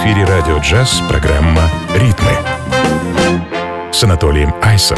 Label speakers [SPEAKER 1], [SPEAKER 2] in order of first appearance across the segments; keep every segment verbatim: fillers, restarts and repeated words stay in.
[SPEAKER 1] эфире радио «Джаз» программа «Ритмы» с Анатолием Айсом.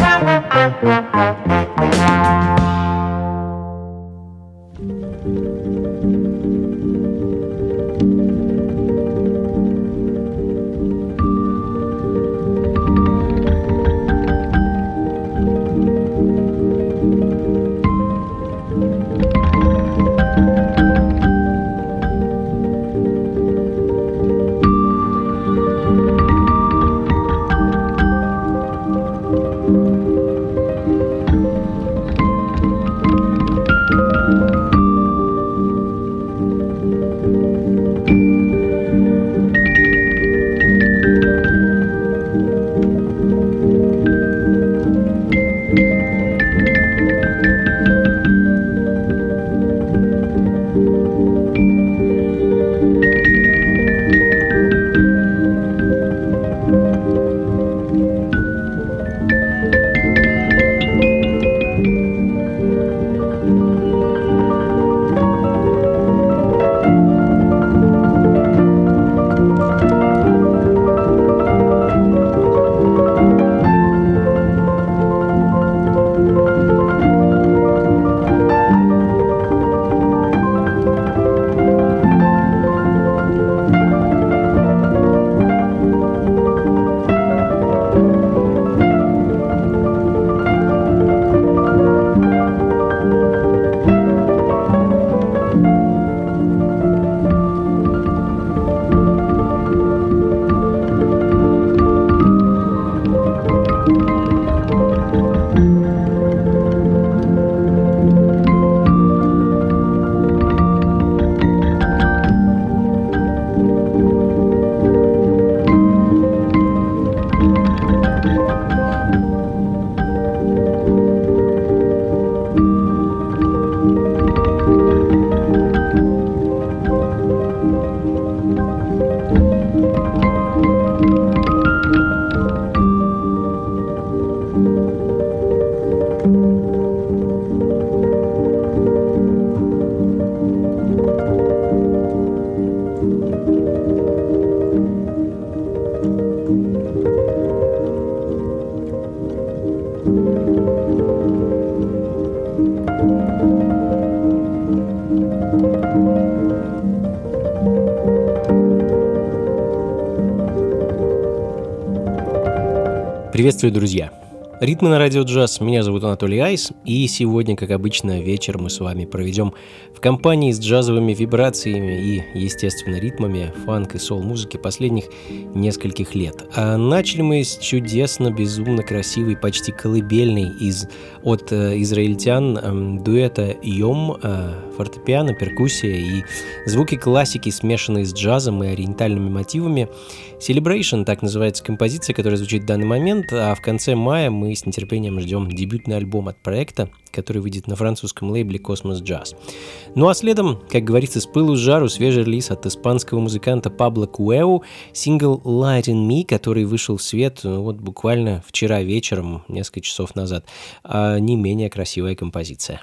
[SPEAKER 2] Приветствую, друзья! Ритмы на радио «Джаз». Меня зовут Анатолий Айс, и сегодня, как обычно, вечер мы с вами проведем в компании с джазовыми вибрациями и, естественно, ритмами фанк и соул-музыки последних нескольких лет. А начали мы с чудесно, безумно красивой, почти колыбельной из, от э, израильтян э, дуэта «Йом», э, фортепиано, перкуссия и звуки классики, смешанные с джазом и ориентальными мотивами. «Celebration» — так называется композиция, которая звучит в данный момент, а в конце мая мы с нетерпением ждем дебютный альбом от проекта, который выйдет на французском лейбле «Космос Джаз». Ну а следом, как говорится, с пылу с жару свежий релиз от испанского музыканта Пабло Куэо, сингл «Light in Me», который вышел в свет ну, вот буквально вчера вечером, несколько часов назад. А не менее красивая композиция.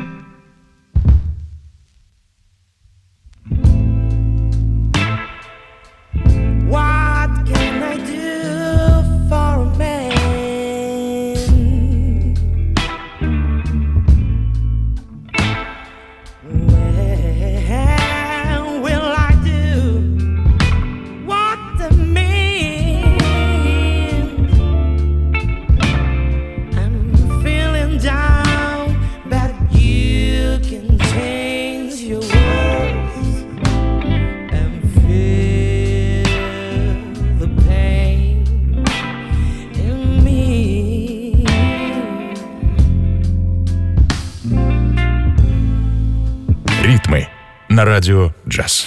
[SPEAKER 1] На радио «Джаз».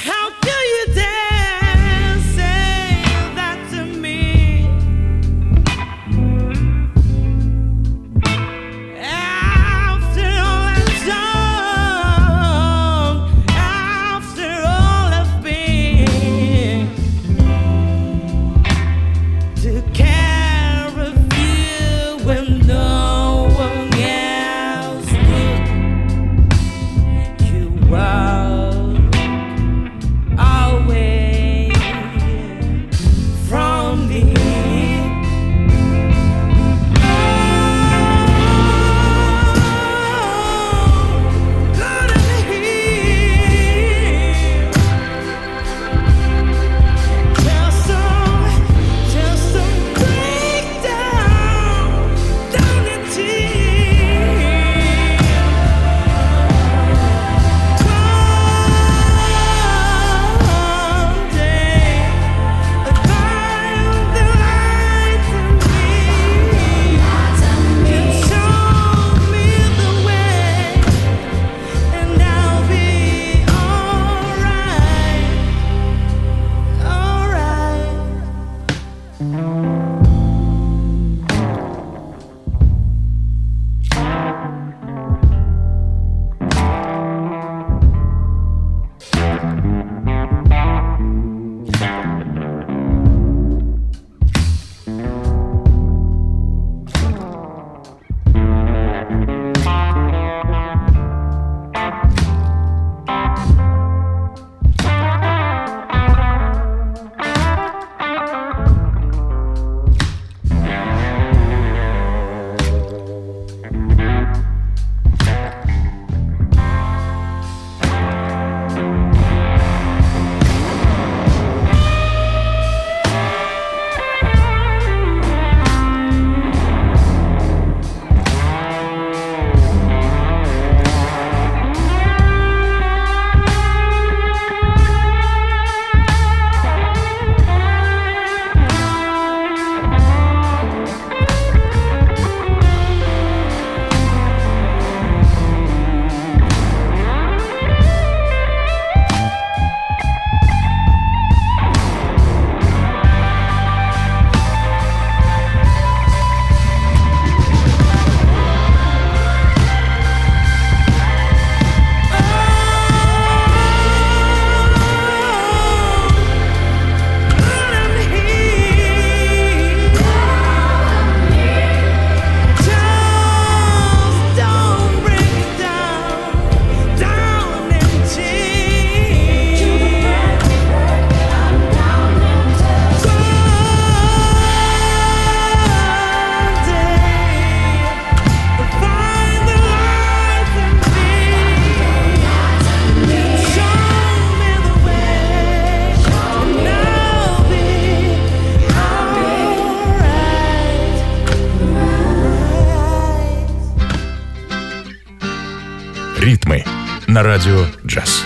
[SPEAKER 1] Ритмы на радио «Джаз».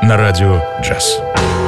[SPEAKER 1] на радио «Джаз».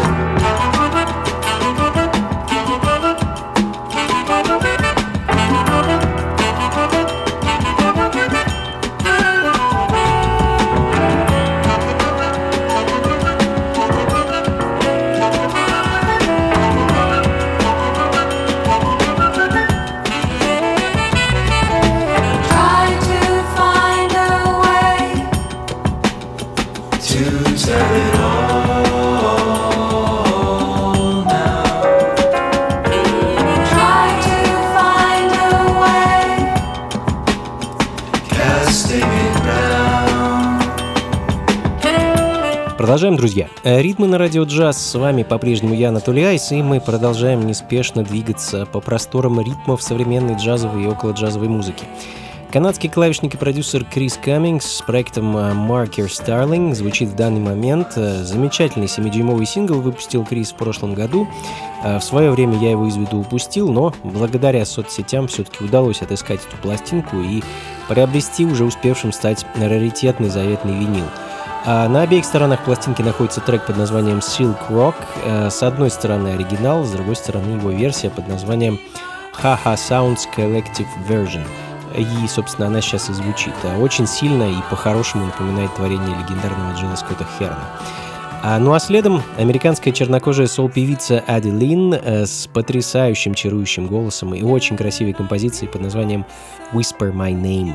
[SPEAKER 2] Продолжаем, друзья. Ритмы на радио «Джаз». С вами по-прежнему я, Анатолий Айс, и мы продолжаем неспешно двигаться по просторам ритмов современной джазовой и околоджазовой музыки. Канадский клавишник и продюсер Крис Каммингс с проектом Marker Starling звучит в данный момент. Замечательный семидюймовый сингл выпустил Крис в прошлом году. В свое время я его из виду упустил, но благодаря соцсетям все-таки удалось отыскать эту пластинку и приобрести уже успевшим стать раритетный заветный винил. А на обеих сторонах пластинки находится трек под названием Silk Rock. С одной стороны оригинал, с другой стороны его версия под названием Haha Sounds Collective Version. И, собственно, она сейчас и звучит. Очень сильно и по-хорошему напоминает творение легендарного Джилла Скотта Херона. А, ну а следом американская чернокожая соул-певица Ади Лин с потрясающим чарующим голосом и очень красивой композицией под названием Whisper My Name.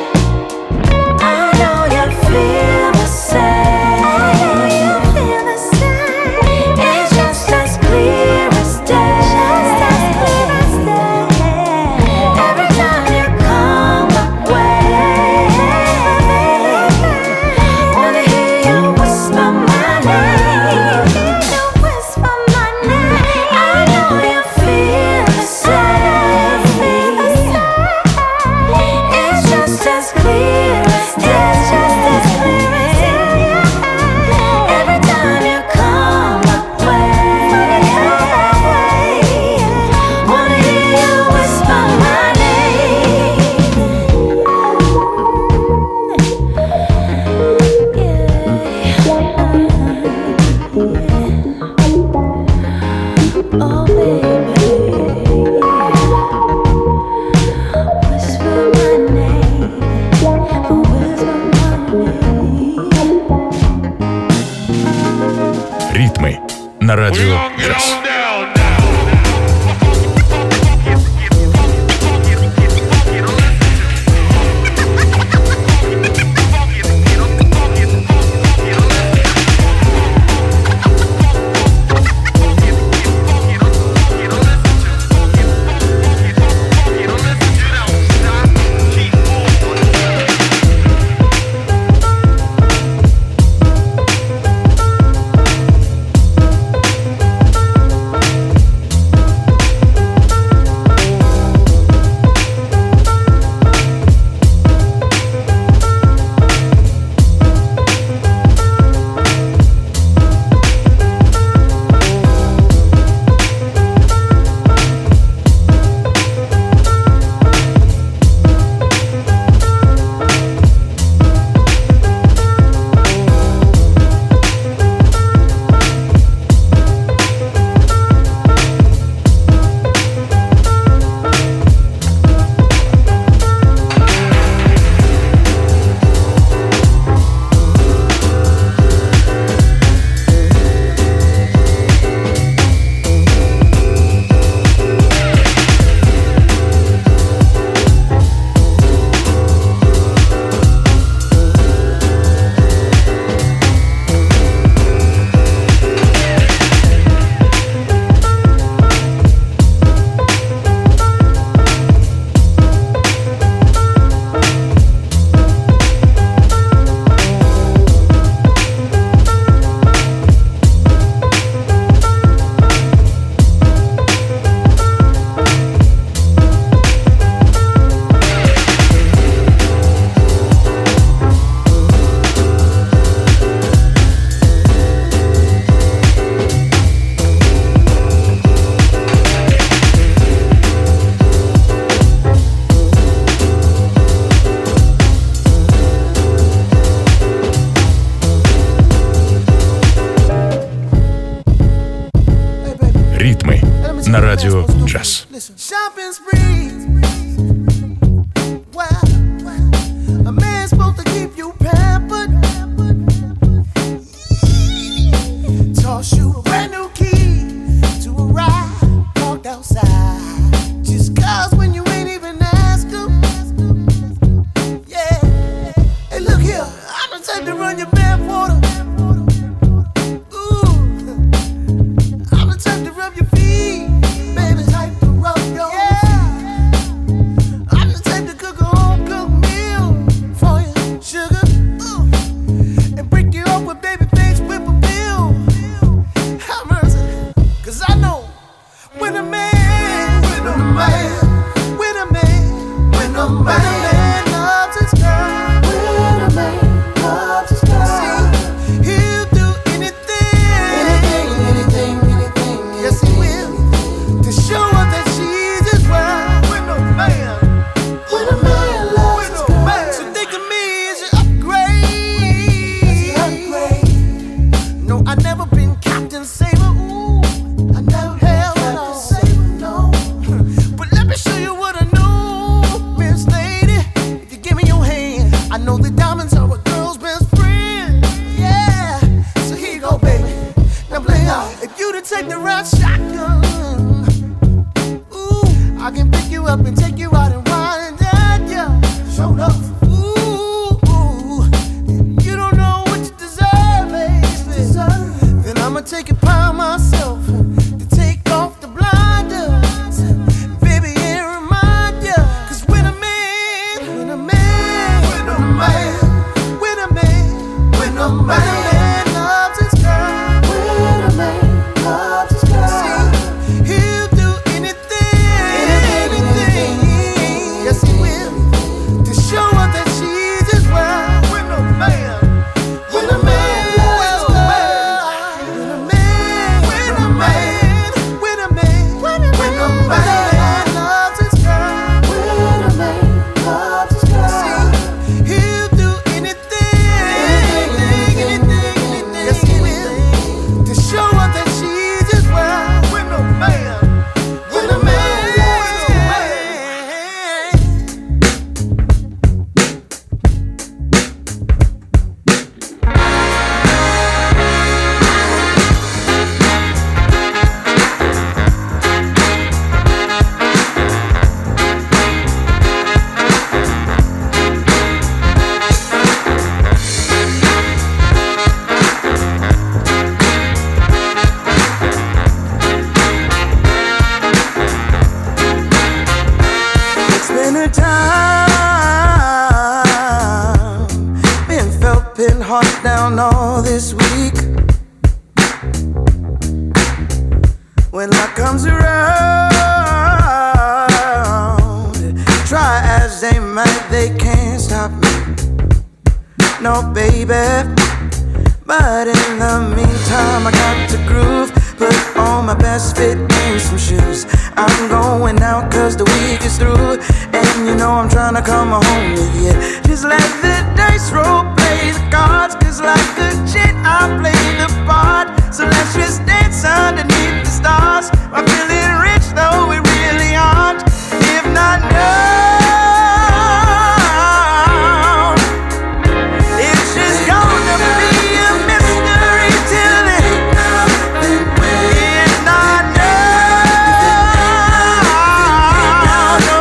[SPEAKER 3] Feel the same.
[SPEAKER 1] на радио «Джаз». Ритмы на радио «Джаз».
[SPEAKER 3] When a man this week. When luck comes around, try as they might, they can't stop me. No, baby. But in the meantime, I got to groove. Put on my best fit and some shoes. I'm going out cause the week is through. And you know I'm trying to come home with you. Just let the dice roll, play the cards. Cause like a shit, I play the part. So let's just dance underneath the stars. I'm feeling rich though we really aren't. If not now, it's just gonna be a mystery till then. If not now, no.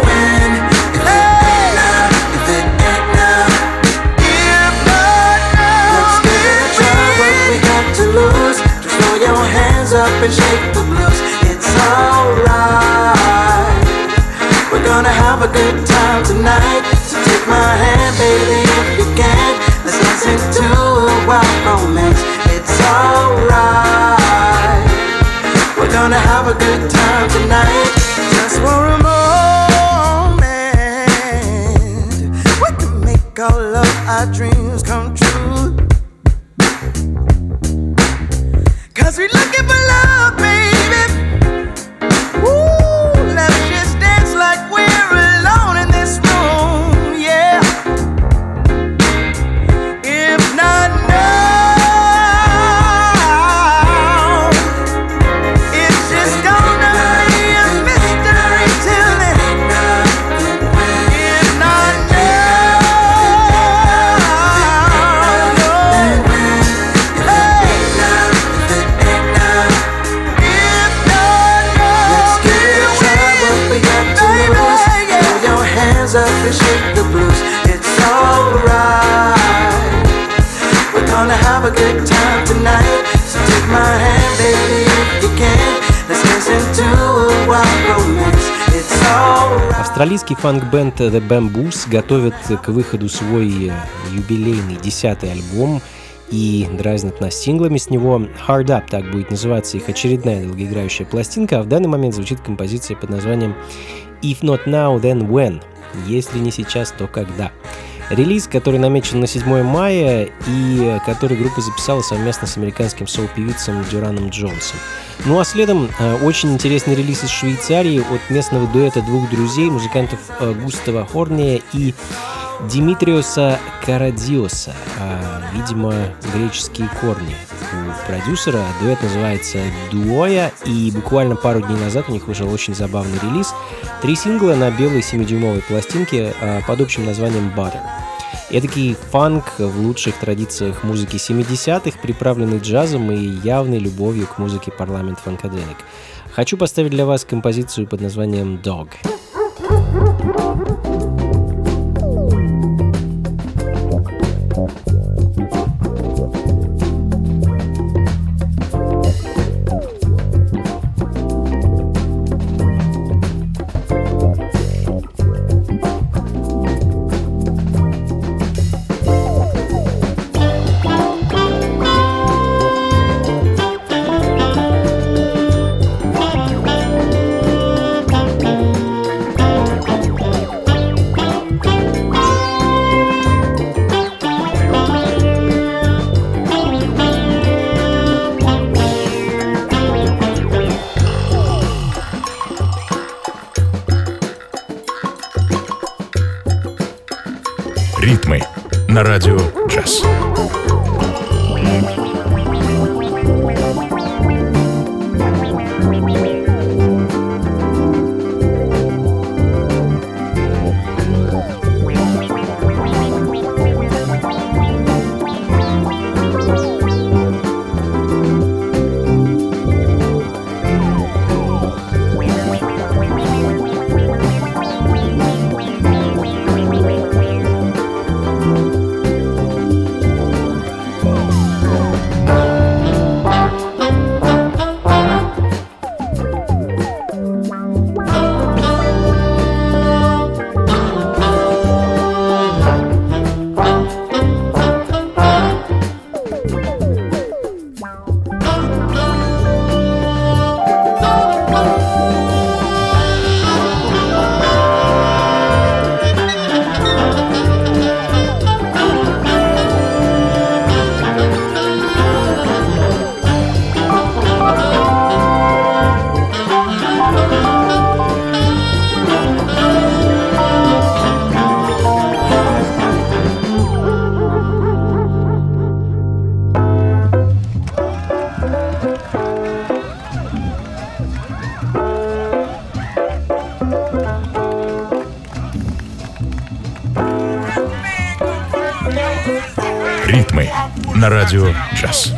[SPEAKER 3] Hey, if it ain't now, if not now, let's give it a try. What we got to lose? Just throw your hands up and shake the blues. It's alright. We're gonna have a good time tonight. So take my hand, baby, if you can. Let's dance into a wild romance. It's alright. We're gonna have a good time tonight. Just for a moment, we can make all of our dreams come true. Cause we're looking for love, baby. Ooh, let's just dance like we're alone in this room, yeah. If not now, it's just gonna be a mystery till then. If not now, no. Hey, if it ain't now, if not now, let's give it a try. What we got to lose? Throw your hands up and shake the blues. It's alright. We're gonna have a good time tonight. So take my hand, baby, if you can. Let's dance into a wild romance. It's alright.
[SPEAKER 2] Австралийский фанк-бенд The Bamboos готовит к выходу свой юбилейный десятый альбом и дразнят нас синглами с него. Hard Up, так будет называться их очередная долгоиграющая пластинка, а в данный момент звучит композиция под названием If Not Now, Then When? Если не сейчас, то когда? Релиз, который намечен на седьмое мая и который группа записала совместно с американским соул-певицем Дюраном Джонсом. Ну а следом э, очень интересный релиз из Швейцарии от местного дуэта двух друзей, музыкантов э, Густава Хорния и Димитриоса Карадиоса. А, видимо, греческие корни у продюсера. Дуэт называется «Дуоя», и буквально пару дней назад у них вышел очень забавный релиз. Три сингла на белой семидюймовой пластинке а, под общим названием «Butter». Эдакий фанк в лучших традициях музыки семидесятых, приправленный джазом и явной любовью к музыке Parliament Funkadelic. Хочу поставить для вас композицию под названием «Dog».
[SPEAKER 1] Ритмы на радио «Джаз». на радио «Джаз».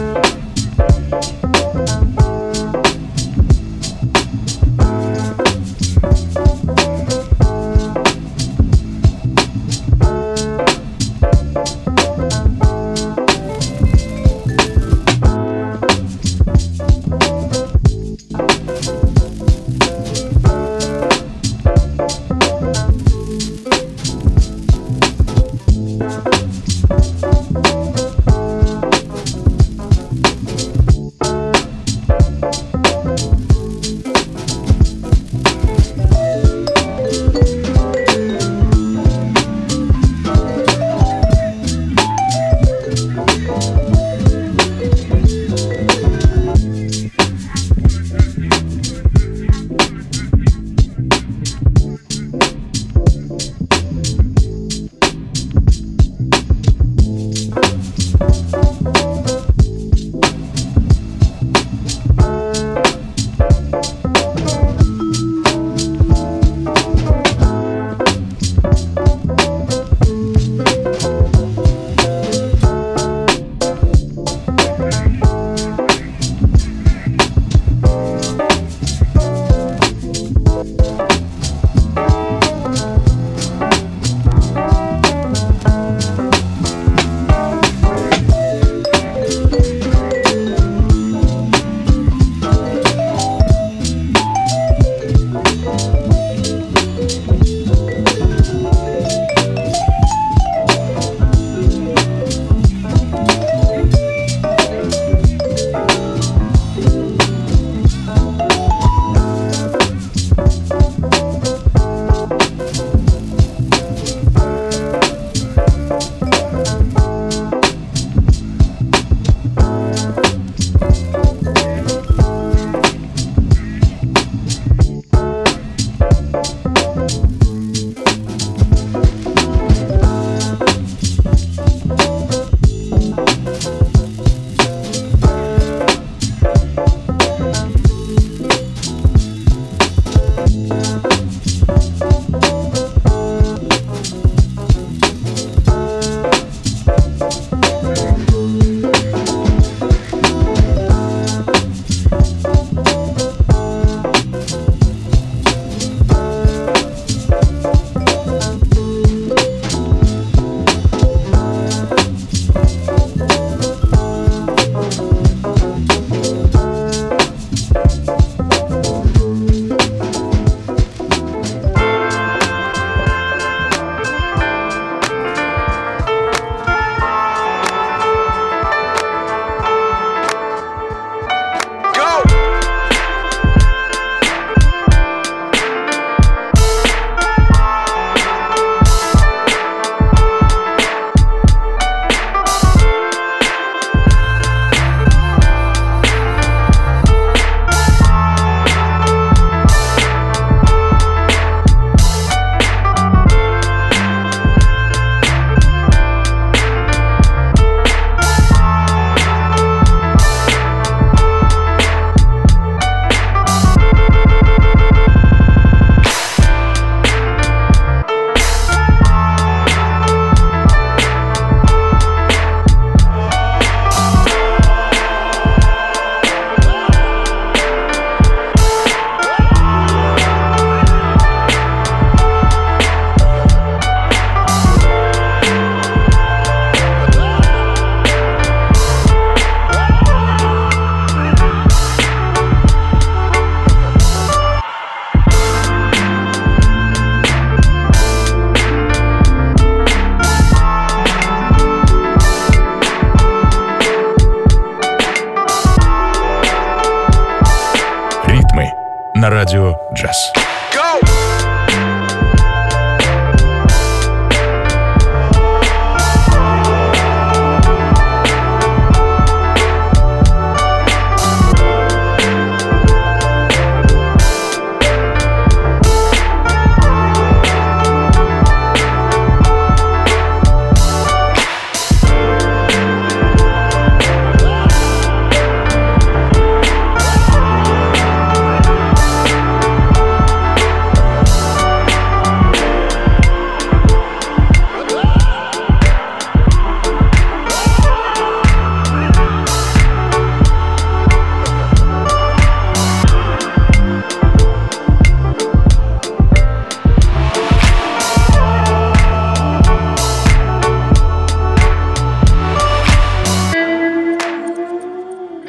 [SPEAKER 1] на радио «Джаз».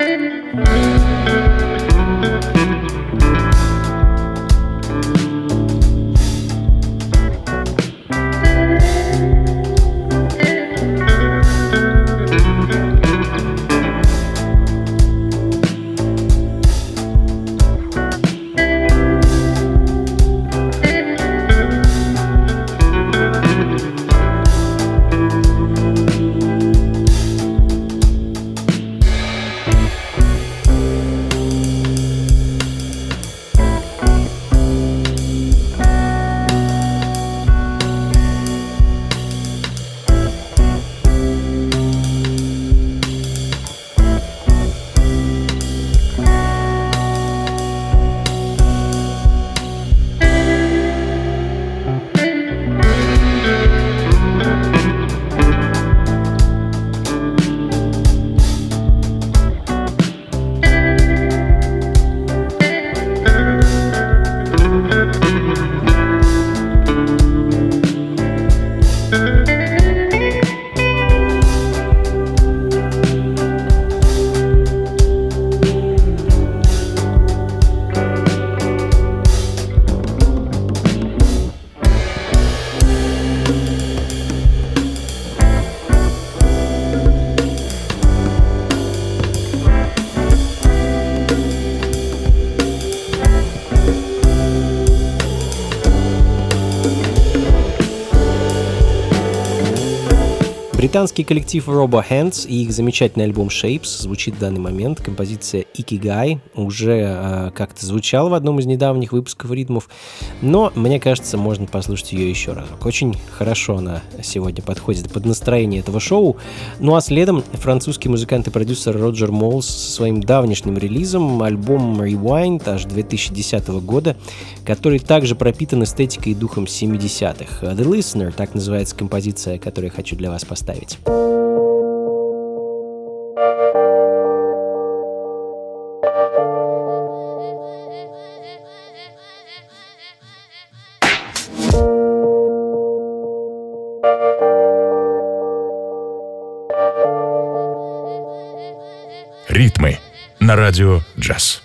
[SPEAKER 2] Британский коллектив Robo Hands и их замечательный альбом Shapes звучит в данный момент. Композиция Ikigai уже э, как-то звучала в одном из недавних выпусков ритмов, но мне кажется, можно послушать ее еще разок. Очень хорошо она сегодня подходит под настроение этого шоу. Ну а следом французский музыкант и продюсер Роджер Молс со своим давнишним релизом, альбом Rewind аж две тысячи десятого года, который также пропитан эстетикой и духом семидесятых. The Listener, так называется композиция, которую я хочу для вас поставить.
[SPEAKER 1] Ритмы на радио «Джаз».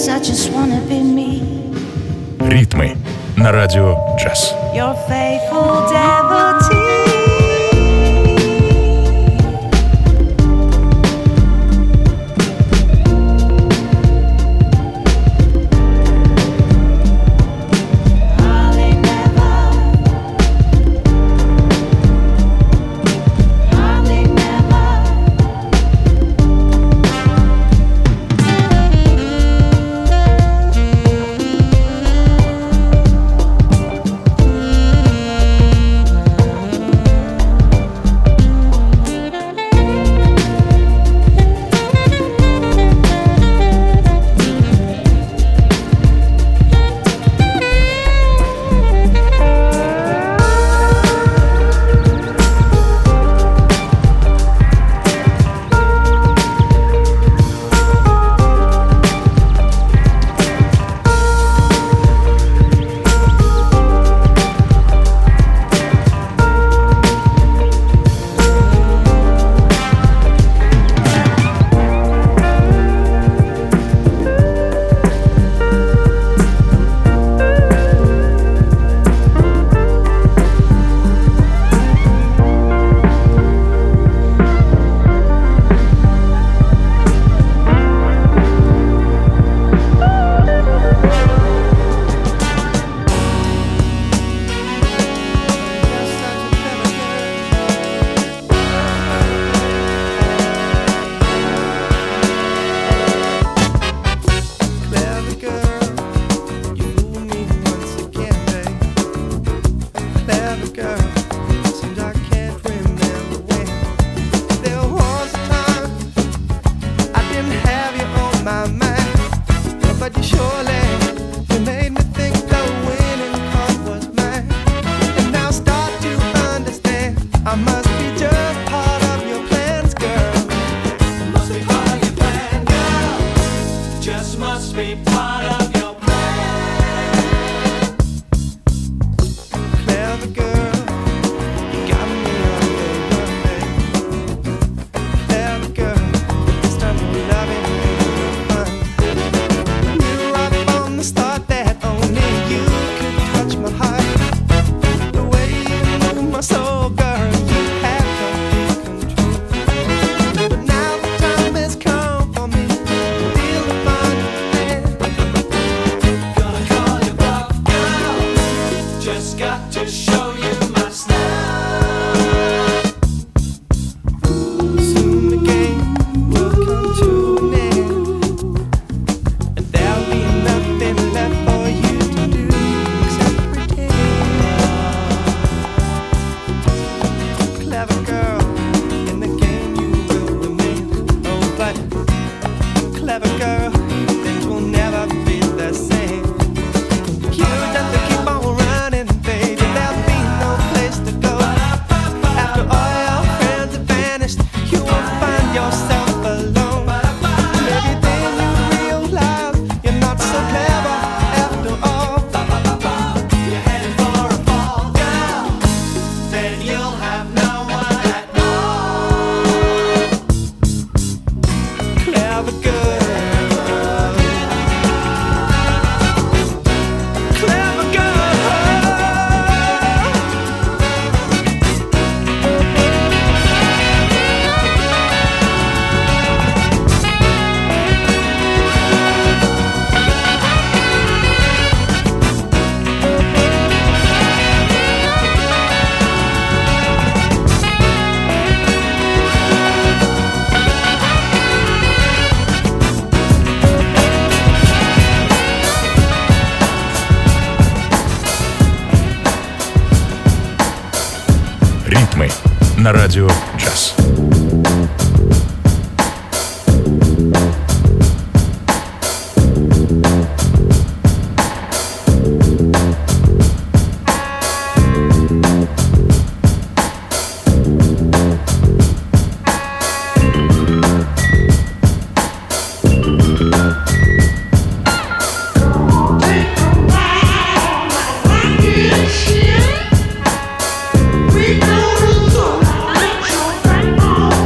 [SPEAKER 4] guess I just wanna be me.
[SPEAKER 1] Ритмы на радио джаз.
[SPEAKER 4] Your faithful devotee.
[SPEAKER 1] На радио джаз.
[SPEAKER 5] We go to the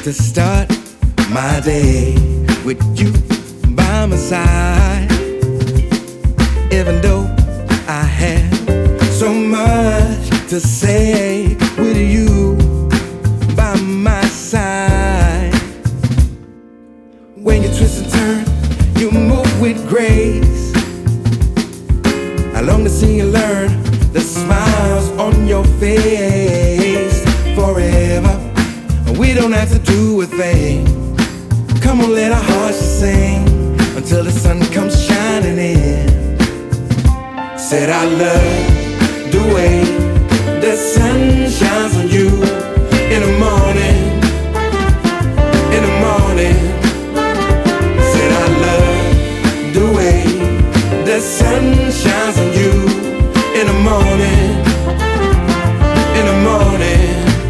[SPEAKER 3] to start my day with you by my side. Even though I have so much to say, with you by my side. When you twist and turn, you move with grace. I long to see you learn the smiles on your face forever. We don't have to do a thing. Come on, let our hearts sing until the sun comes shining in. Said I love the way the sun shines on you in the morning, in the morning. Said I love the way the sun shines on you in the morning, in the morning.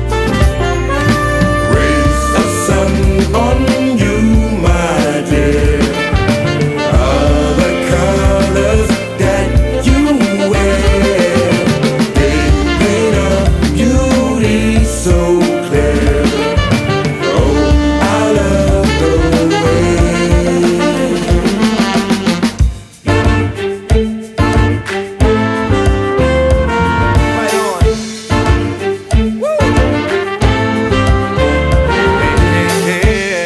[SPEAKER 3] Rays of sun on you, my dear, are the colors that you wear. They paint a beauty so clear. Oh, I love the way. Right on. Woo! Yeah.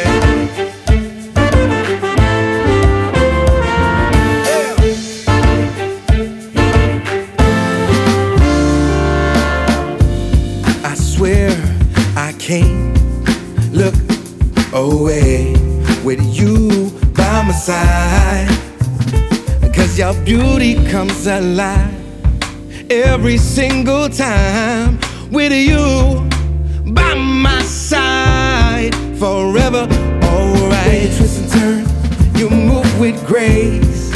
[SPEAKER 3] I swear I can't look away with you by my side, 'cause your beauty comes alive every single time with you by my side forever. Alright, you twist and turn, you move with grace.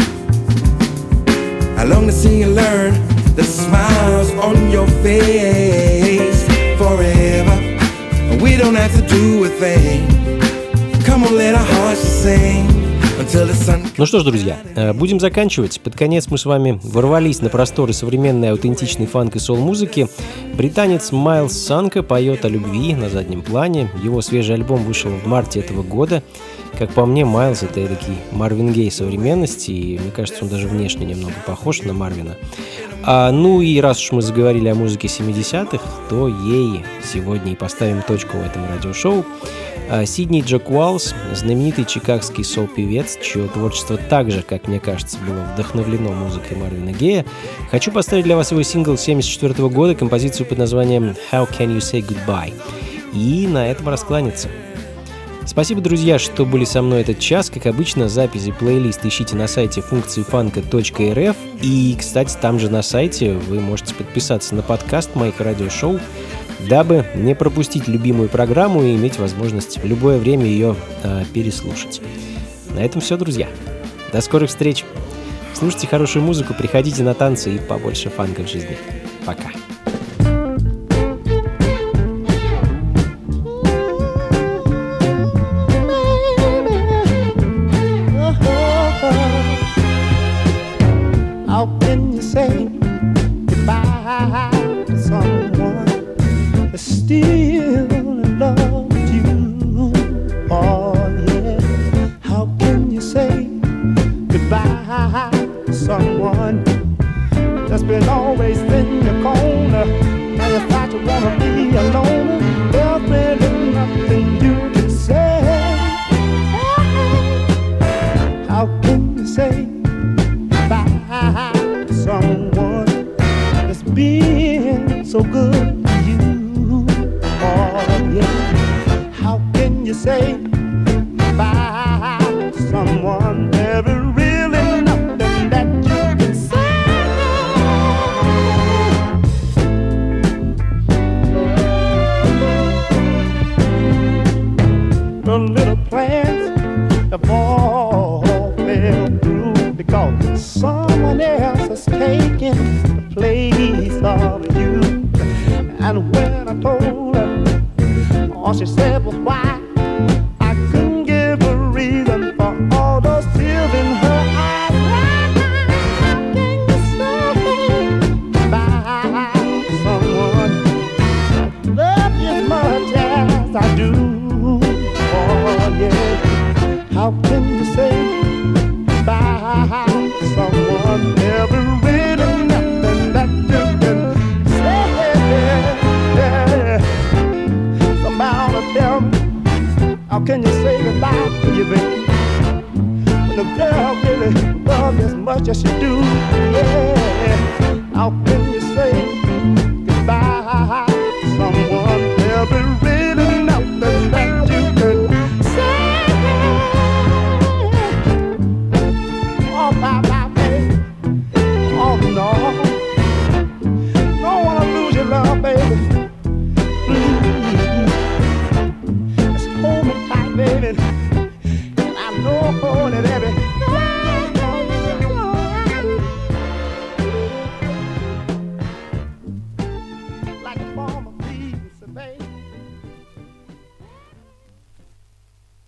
[SPEAKER 3] I long to see you learn the smiles on your face forever. We don't have to do a thing. Come on, let our hearts sing until the sun.
[SPEAKER 2] Ну что ж, друзья, э, будем заканчивать. Под конец мы с вами ворвались на просторы современной аутентичной фанк и сол-музыки. Британец Майлз Санко поет о любви на заднем плане. Его свежий альбом вышел в марте этого года. Как по мне, Майлз — это эдакий Марвин Гей современности, и мне кажется, он даже внешне немного похож на Марвина. А, ну и раз уж мы заговорили о музыке семидесятых, то ей сегодня и поставим точку в этом радиошоу. А, Сидни Джек Уоллс, знаменитый чикагский сол-певец, чье творчество также, как мне кажется, было вдохновлено музыкой Марвина Гея. Хочу поставить для вас его сингл семьдесят четвёртого года, композицию под названием «How Can You Say Goodbye». И на этом раскланяться. Спасибо, друзья, что были со мной этот час. Как обычно, записи, плейлист ищите на сайте функции фанка точка эр эф. И, кстати, там же на сайте вы можете подписаться на подкаст моих радиошоу, дабы не пропустить любимую программу и иметь возможность в любое время ее э, переслушать. На этом все, друзья. До скорых встреч. Слушайте хорошую музыку, приходите на танцы и побольше фанка в жизни. Пока.
[SPEAKER 5] How can you say goodbye to someone that still loves you? Oh yeah. How can you say goodbye to someone that's been always in your corner? Now you thought you wanna be alone. There's really nothing you can say. How can you say goodbye to someone that's been so good to you? Oh yeah. How can you say goodbye to someone? There is really nothing that you can say. The little plans have all fell through because someone else has taken the place of you. And when I told her, all she said was why. I couldn't give a reason for all those tears in her eyes. How can you say goodbye to someone that love you as much as I do? girl, tell me, how can you say goodbye to you, baby? When the girl really loves you as much as she do, yeah. How can you say